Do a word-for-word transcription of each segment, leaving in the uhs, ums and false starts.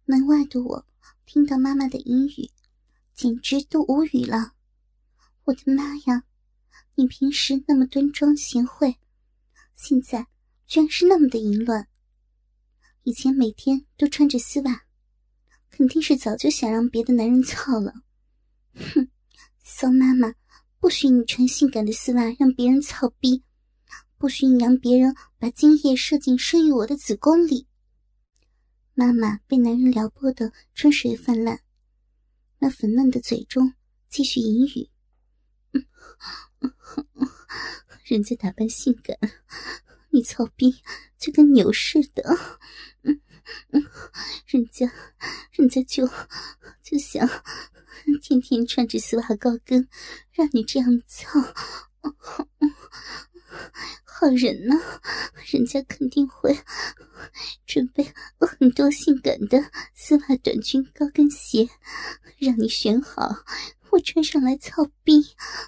门外的我听到妈妈的言语，简直都无语了。我的妈呀，你平时那么端庄贤惠，现在居然是那么的淫乱。以前每天都穿着丝袜，肯定是早就想让别的男人操了。哼，骚妈妈，不许你穿性感的丝袜让别人操逼，不许你让别人把精液射进生育我的子宫里。妈妈被男人撩拨得春水泛滥，那粉嫩的嘴中继续淫语。嗯嗯嗯，人家打扮性感，你操逼就跟牛似的。嗯嗯，人家人家就就想天天穿着丝袜高跟让你这样操。嗯嗯，好人呢，人家肯定会准备很多性感的丝袜短裙高跟鞋让你选好，我穿上来操逼。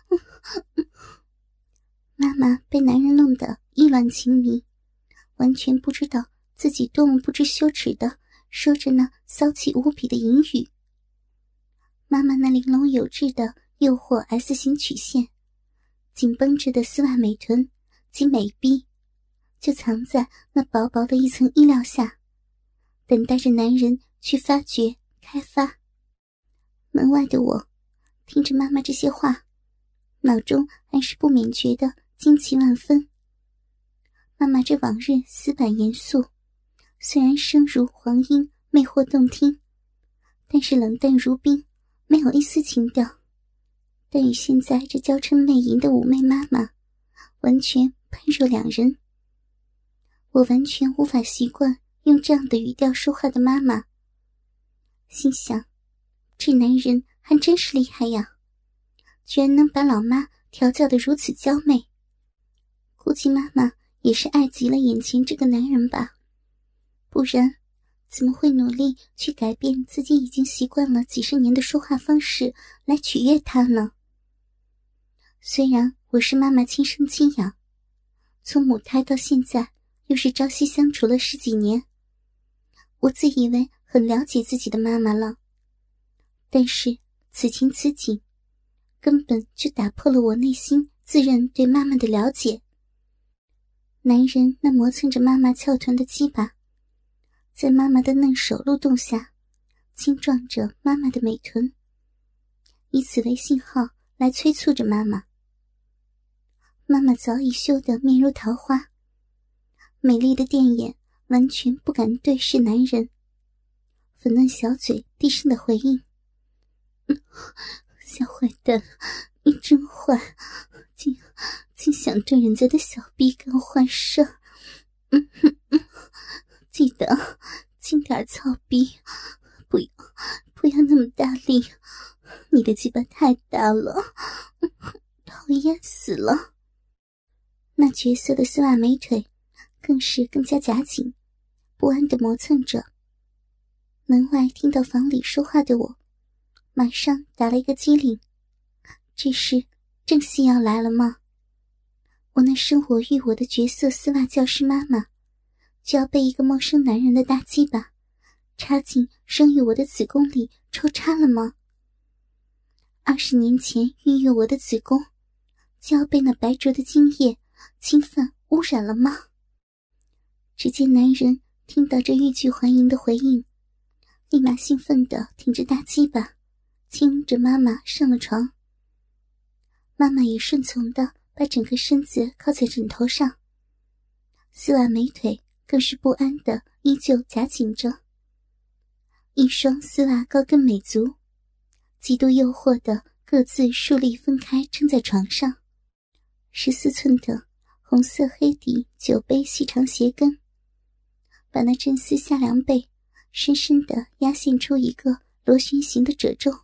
妈妈被男人弄得意乱情迷，完全不知道自己多么不知羞耻的说着那骚气无比的淫语。妈妈那玲珑有致的诱惑 S 型曲线，紧绷着的丝袜美臀及美臂就藏在那薄薄的一层衣料下，等待着男人去发掘开发。门外的我听着妈妈这些话，脑中还是不免觉得惊奇万分。妈妈这往日死板严肃，虽然声如黄莺魅惑动听，但是冷淡如冰，没有一丝情调，但与现在这娇嗔媚淫的妩媚妈妈完全判若两人。我完全无法习惯用这样的语调说话的妈妈，心想这男人还真是厉害呀，居然能把老妈调教得如此娇媚。估计妈妈也是爱极了眼前这个男人吧，不然怎么会努力去改变自己已经习惯了几十年的说话方式来取悦他呢？虽然我是妈妈亲生亲养，从母胎到现在又是朝夕相处了十几年，我自以为很了解自己的妈妈了，但是此情此景根本就打破了我内心自认对妈妈的了解。男人那磨蹭着妈妈翘臀的鸡巴，在妈妈的嫩手撸动下轻撞着妈妈的美臀，以此为信号来催促着妈妈。妈妈早已羞得面如桃花，美丽的电眼完全不敢对视男人，粉嫩小嘴低声的回应：嗯，小坏蛋，你真坏，竟竟想对人家的小逼干坏事。嗯哼嗯，记得轻点操逼，不要不要那么大力，你的鸡巴太大了，讨厌死了。那绝色的丝袜美腿更是更加夹紧，不安地磨蹭着。门外听到房里说话的我，马上打了一个激灵，这是正戏要来了吗？我那生我育我的绝色丝袜教师妈妈，就要被一个陌生男人的大鸡巴插进生育我的子宫里抽插了吗？二十年前孕育我的子宫，就要被那白灼的精液侵犯污染了吗？只见男人听到这欲拒还迎的回应，立马兴奋地挺着大鸡巴亲着妈妈上了床。妈妈也顺从地把整个身子靠在枕头上，丝袜美腿更是不安地依旧夹紧着，一双丝袜高跟美足极度诱惑地各自竖立分开撑在床上，十四寸的红色黑底酒杯细长鞋跟把那真丝下凉背深深地压陷出一个螺旋形的褶皱。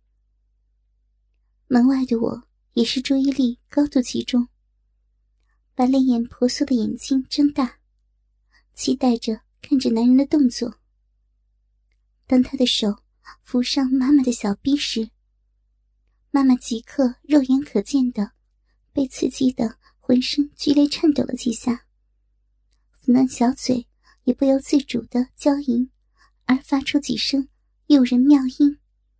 门外的我也是注意力高度集中，把泪眼婆娑的眼睛睁大，期待着看着男人的动作。当他的手扶上妈妈的小臂时，妈妈即刻肉眼可见的被刺激的浑身剧烈颤抖了几下，粉嫩小嘴也不由自主的娇吟而发出几声诱人妙音。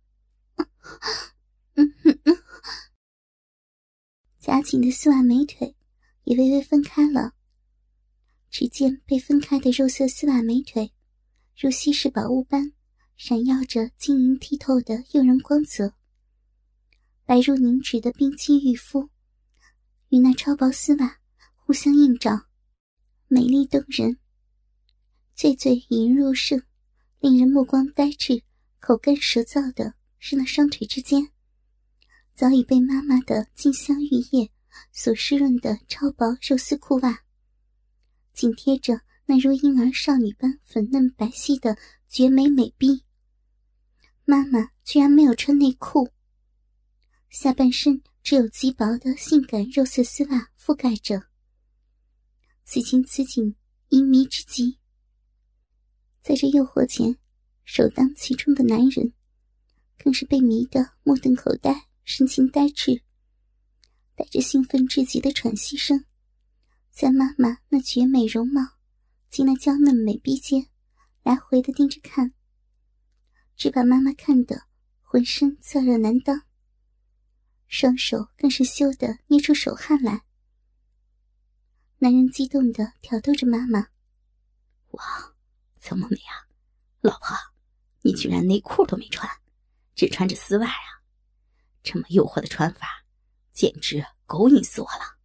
夹紧的丝袜美腿也微微分开了，只见被分开的肉色丝袜美腿如稀世宝物般闪耀着晶莹剔透的诱人光泽，白如凝脂的冰肌玉肤与那超薄丝袜互相映照，美丽动人。最最引人入胜，令人目光呆滞、口干舌燥的是那双腿之间早已被妈妈的金香玉液所湿润的超薄肉丝裤袜，紧贴着那如婴儿少女般粉嫩白皙的绝美美臂。妈妈居然没有穿内裤，下半身只有极薄的性感肉色丝袜覆盖着，此情此景淫迷之极。在这诱惑前，首当其冲的男人更是被迷得目瞪口呆，神情呆滞，带着兴奋至极的喘息声，在妈妈那绝美容貌及那娇嫩美臂间来回地盯着看，只把妈妈看得浑身燥热难当，双手更是羞得捏出手汗来。男人激动地挑逗着妈妈： 哇，这么美啊，老婆，你居然内裤都没穿，只穿着丝袜啊，这么诱惑的穿法简直勾引死我了。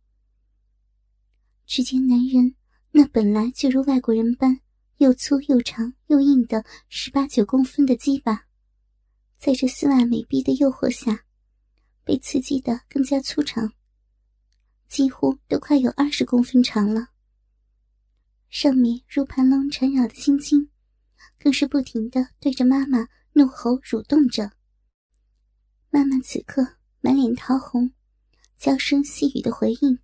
只见男人那本来就如外国人般又粗又长又硬的十八九公分的鸡巴，在这丝袜美臂的诱惑下被刺激得更加粗长，几乎都快有二十公分长了。上面如盘龙缠绕的青筋更是不停地对着妈妈怒吼蠕动着。妈妈此刻满脸桃红，娇声细语的回应：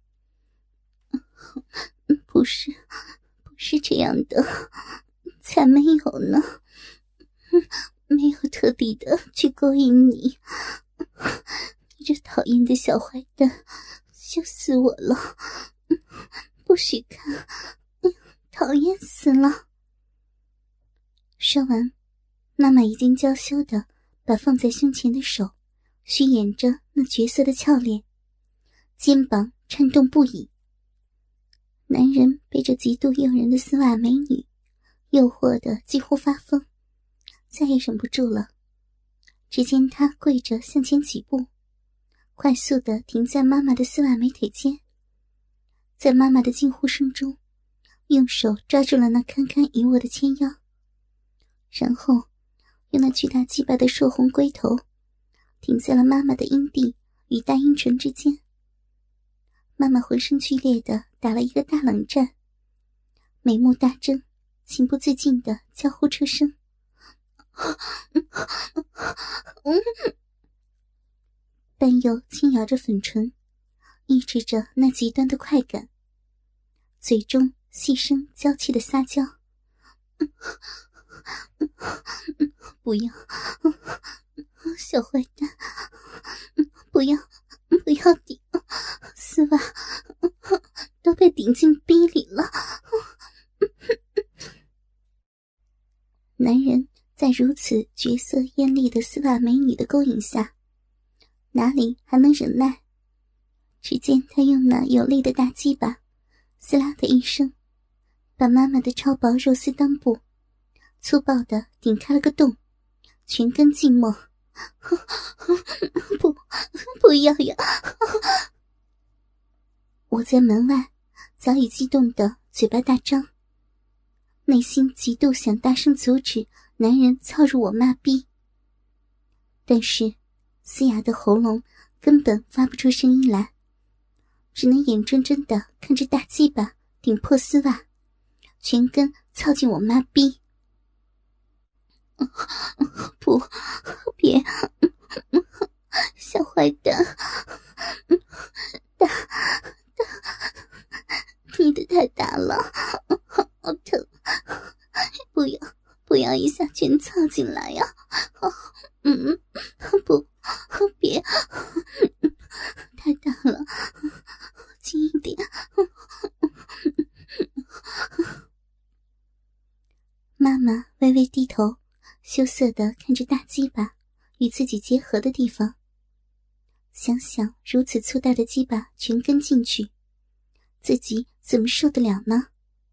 不是不是这样的，才没有呢，没有特地的去勾引你，你这讨厌的小坏蛋，羞死我了，不许看，讨厌死了。说完，妈妈已经娇羞的把放在胸前的手虚掩着那绝色的俏脸，肩膀颤动不已。男人被这极度诱人的丝袜美女诱惑的几乎发疯，再也忍不住了。只见他跪着向前几步，快速地停在妈妈的丝袜美腿间，在妈妈的惊呼声中用手抓住了那堪堪一握的纤腰，然后用那巨大鸡巴的硕红龟头顶在了妈妈的阴蒂与大阴唇之间。妈妈浑身剧烈地打了一个大冷战，美目大睁，情不自禁地娇呼出声。伴有轻咬着粉唇，抑制着那极端的快感，嘴中细声娇气的撒娇：不要，小坏蛋，不要不要顶，丝袜都被顶进逼里了。男人在如此绝色艳丽的丝袜美女的勾引下，哪里还能忍耐？只见他用那有力的大鸡巴撕拉的一声，把妈妈的超薄肉丝裆部粗暴地顶开了个洞，全根浸没。不，不要呀！我在门外早已激动得嘴巴大张，内心极度想大声阻止男人操入我妈逼，但是嘶哑的喉咙根本发不出声音来，只能眼睁睁地看着大鸡巴顶破丝袜，全根操进我妈逼。不，别，小坏蛋，大大，你的太大了，好疼，不要不要一下全操进来呀！嗯，不，别，太大了，轻一点。 妈妈微微低头，羞涩地看着大鸡巴与自己结合的地方。想想如此粗大的鸡巴全跟进去，自己怎么受得了呢？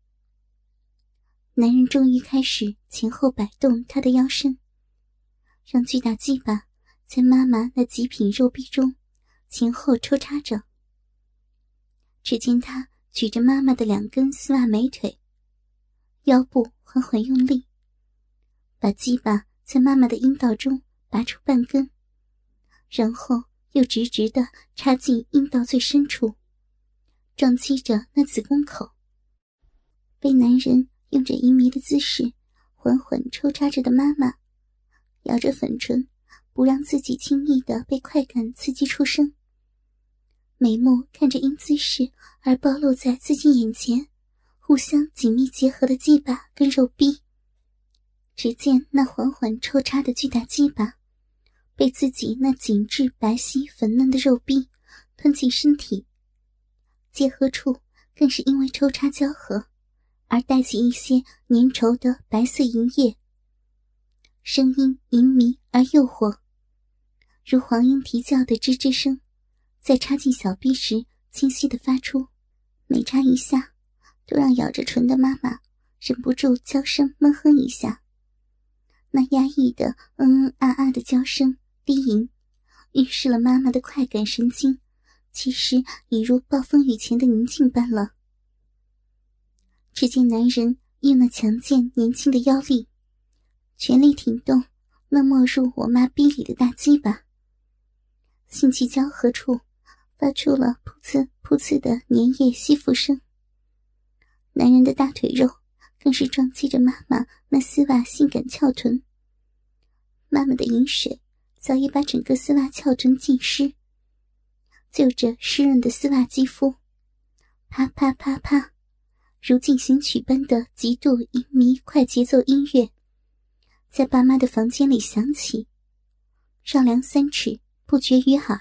男人终于开始前后摆动他的腰身，让巨大鸡巴在妈妈那极品肉壁中前后抽插着。只见他举着妈妈的两根丝袜美腿，腰部缓缓用力，把鸡巴在妈妈的阴道中拔出半根，然后又直直地插进阴道最深处，撞击着那子宫口。被男人用着淫迷的姿势缓缓抽插着的妈妈，咬着粉唇，不让自己轻易地被快感刺激出声，眉目看着因姿势而暴露在自己眼前互相紧密结合的鸡巴跟肉壁。只见那缓缓抽插的巨大鸡巴被自己那紧致白皙粉嫩的肉壁吞进身体，结合处更是因为抽插交合而带起一些粘稠的白色银液，声音淫靡而诱惑，如黄莺啼叫的吱吱声在插进小臂时清晰地发出，每插一下都让咬着唇的妈妈忍不住娇声闷哼一下。那压抑的嗯嗯啊啊的娇声低吟，预示了妈妈的快感神经其实已如暴风雨前的宁静般了。只见男人用那强健年轻的腰力全力挺动那没入我妈逼里的大鸡巴，性器交合处发出了噗呲噗呲的粘液吸附声。男人的大腿肉更是撞击着妈妈那丝袜性感翘臀，妈妈的饮水早已把整个丝袜翘臀浸湿，就着湿润的丝袜肌肤，啪啪啪啪，如进行曲般的极度淫靡快节奏音乐在爸妈的房间里响起，绕梁三尺不绝于耳。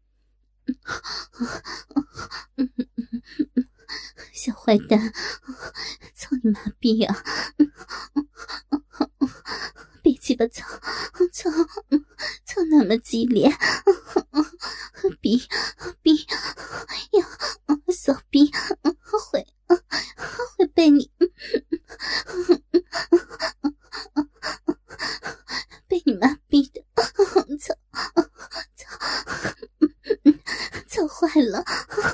小坏蛋，操你妈逼啊！别鸡巴操操操那么激烈，逼逼呀，小逼会会被你被你妈逼的，操操操坏了！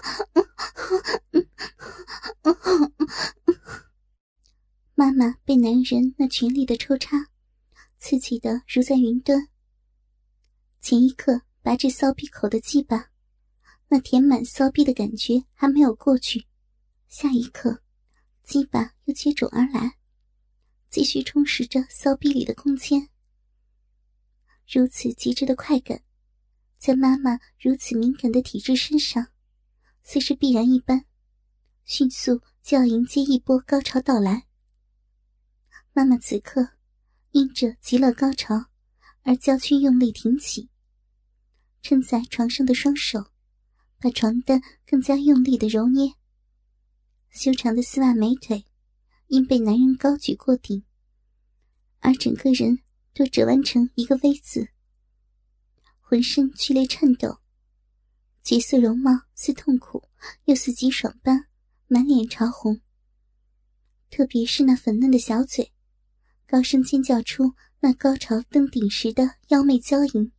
妈妈被男人那全力的抽插刺激得如在云端，前一刻拔至骚逼口的鸡巴，那填满骚逼的感觉还没有过去，下一刻鸡巴又接踵而来，继续充实着骚逼里的空间。如此极致的快感在妈妈如此敏感的体质身上似是必然一般，迅速就要迎接一波高潮到来。妈妈此刻因着极乐高潮而娇躯用力挺起，撑在床上的双手把床单更加用力地揉捏，修长的丝袜美腿因被男人高举过顶，而整个人都折弯成一个 V 字，浑身剧烈颤抖，绝色容貌似痛苦又似极爽般满脸潮红，特别是那粉嫩的小嘴高声尖叫出那高潮登顶时的妖媚娇吟。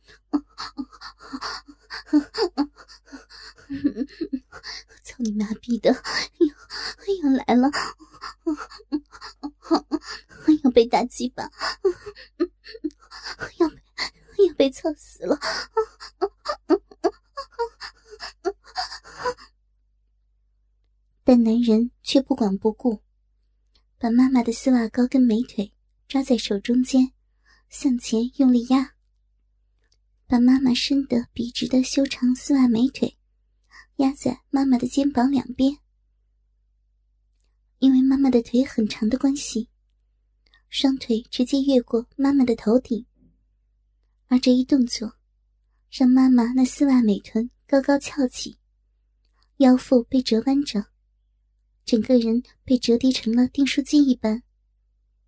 操你妈逼的，要要来了，要被打鸡巴，要被要被操死了。但男人却不管不顾，把妈妈的丝袜高跟美腿抓在手中间，向前用力压，把妈妈伸得笔直的修长丝袜美腿压在妈妈的肩膀两边。因为妈妈的腿很长的关系，双腿直接越过妈妈的头顶，而这一动作让妈妈那丝袜美臀高高翘起，腰腹被折弯着，整个人被折叠成了订书机一般，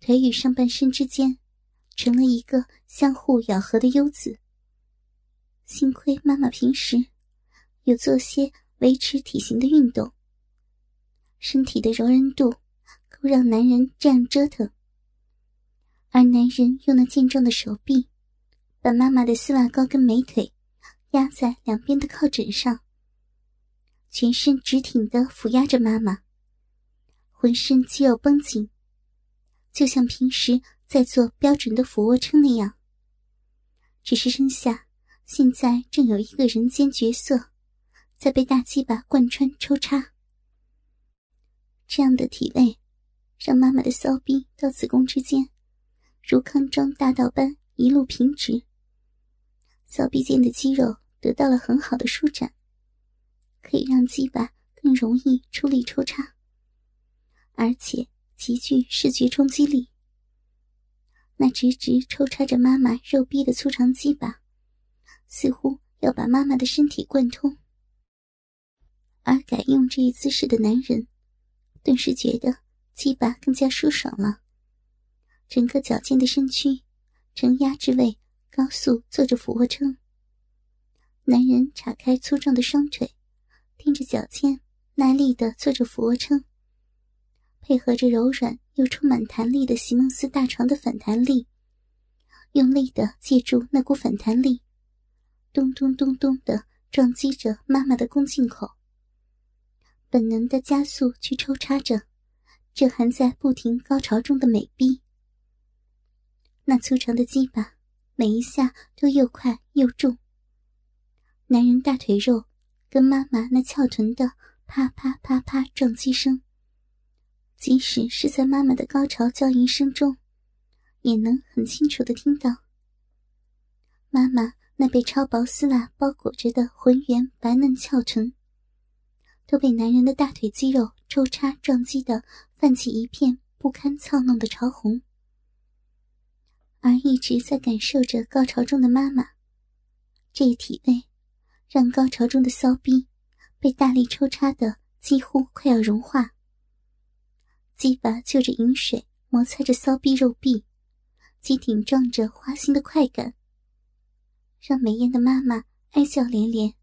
腿与上半身之间成了一个相互咬合的 U 字。幸亏妈妈平时有做些维持体型的运动，身体的柔韧度够让男人这样折腾。而男人用那健壮的手臂把妈妈的丝袜高跟美腿压在两边的靠枕上，全身直挺地俯压着妈妈，浑身肌肉绷紧，就像平时在做标准的俯卧撑那样。只是身下现在正有一个人间角色在被大鸡巴贯穿抽插。这样的体位让妈妈的骚逼到子宫之间如康庄大道般一路平直，骚逼间的肌肉得到了很好的舒展，可以让鸡巴更容易出力抽插，而且极具视觉冲击力。那直直抽插着妈妈肉壁的粗长鸡巴似乎要把妈妈的身体贯通，而改用这一姿势的男人顿时觉得鸡巴更加舒爽了，整个矫健的身躯呈压制位高速做着俯卧撑。男人岔开粗壮的双腿，踮着脚尖耐力地做着俯卧撑，配合着柔软又充满弹力的席梦思大床的反弹力，用力地借助那股反弹力咚咚咚咚地撞击着妈妈的宫颈口，本能地加速去抽插着这还在不停高潮中的美逼。那粗长的鸡巴每一下都又快又重，男人大腿肉跟妈妈那翘臀的啪啪啪啪撞击声，即使是在妈妈的高潮叫吟声中也能很清楚地听到。妈妈那被超薄丝袜包裹着的浑圆白嫩翘臀都被男人的大腿肌肉抽插撞击得泛起一片不堪操弄的潮红。而一直在感受着高潮中的妈妈，这一体位让高潮中的骚逼被大力抽插得几乎快要融化。鸡巴就着饮水摩擦着骚逼肉壁，既顶撞着花心的快感，让美艳的妈妈哀叫连连。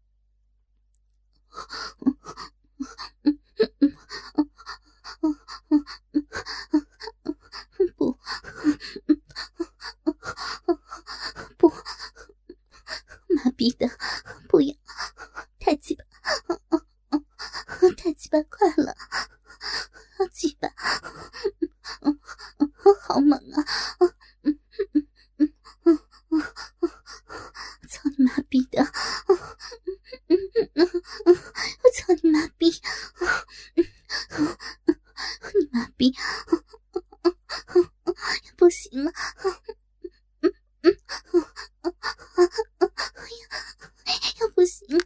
不不，妈逼的，不要，太鸡巴，太鸡巴快了，鸡巴，好猛啊！操你妈逼的！我操你妈逼！你妈逼！不行了！要不行了！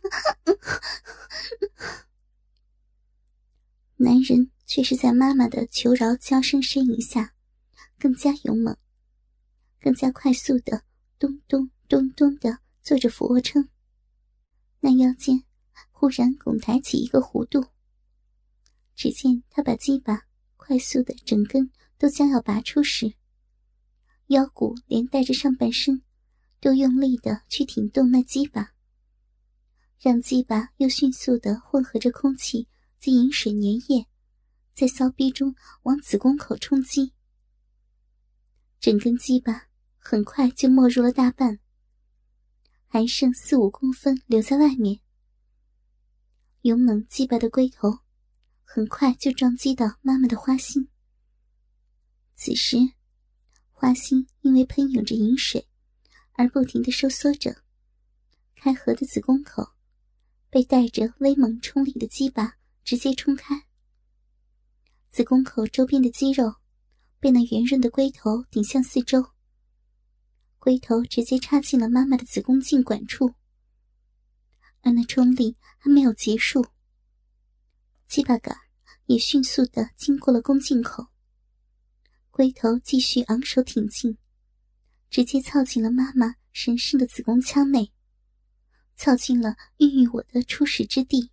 男人却是在妈妈的求饶娇声呻吟下更加勇猛，更加快速的咚咚咚咚的做着俯卧撑。那腰间忽然拱抬起一个弧度，只见他把鸡巴快速的整根都将要拔出时，腰骨连带着上半身都用力的去挺动那鸡巴，让鸡巴又迅速的混合着空气及饮水粘液在骚逼中往子宫口冲击。整根鸡巴很快就没入了大半，还剩四五公分留在外面。勇猛鸡巴的龟头很快就撞击到妈妈的花心。此时花心因为喷涌着饮水而不停地收缩着，开合的子宫口被带着威猛冲力的鸡巴直接冲开。子宫口周边的肌肉被那圆润的龟头顶向四周，龟头直接插进了妈妈的子宫颈管处。而那冲力还没有结束，鸡巴杆也迅速地经过了宫颈口，龟头继续昂首挺进，直接操进了妈妈神圣的子宫腔内，操进了孕育我的初始之地。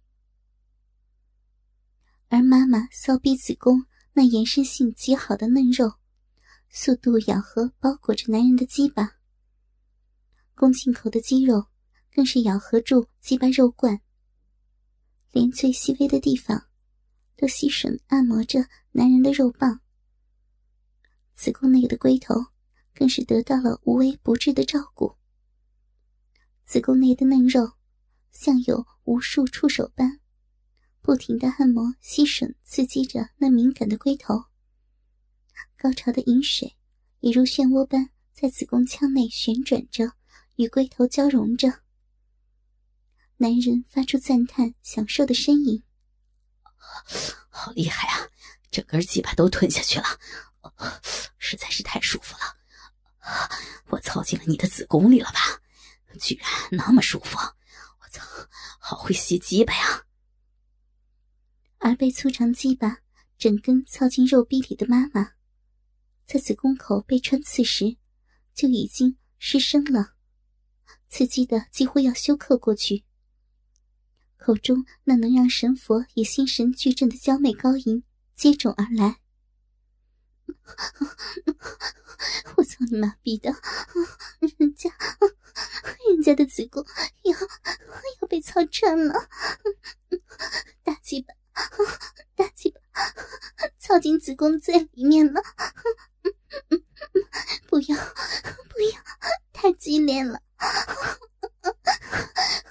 而妈妈骚逼子宫那延伸性极好的嫩肉速度咬合包裹着男人的鸡巴，宫颈口的肌肉更是咬合住鸡巴肉冠，连最细微的地方都吸吮按摩着男人的肉棒。子宫内的龟头更是得到了无微不至的照顾，子宫内的嫩肉像有无数触手般不停地按摩吸吮刺激着那敏感的龟头，高潮的饮水也如漩涡般在子宫腔内旋转着，与龟头交融着。男人发出赞叹享受的呻吟： 好厉害啊，整根鸡巴都吞下去了，实在是太舒服了。我操进了你的子宫里了吧，居然那么舒服，我操，好会吸鸡巴呀。 而被粗长鸡巴整根操进肉壁里的妈妈，在子宫口被穿刺时就已经失声了，刺激的几乎要休克过去，口中那能让神佛也心神俱震的娇媚高吟接踵而来。我操你妈逼的，人家人家的子宫要要被操穿了，大鸡巴大鸡巴操进子宫最里面了，不要不要，太激烈了，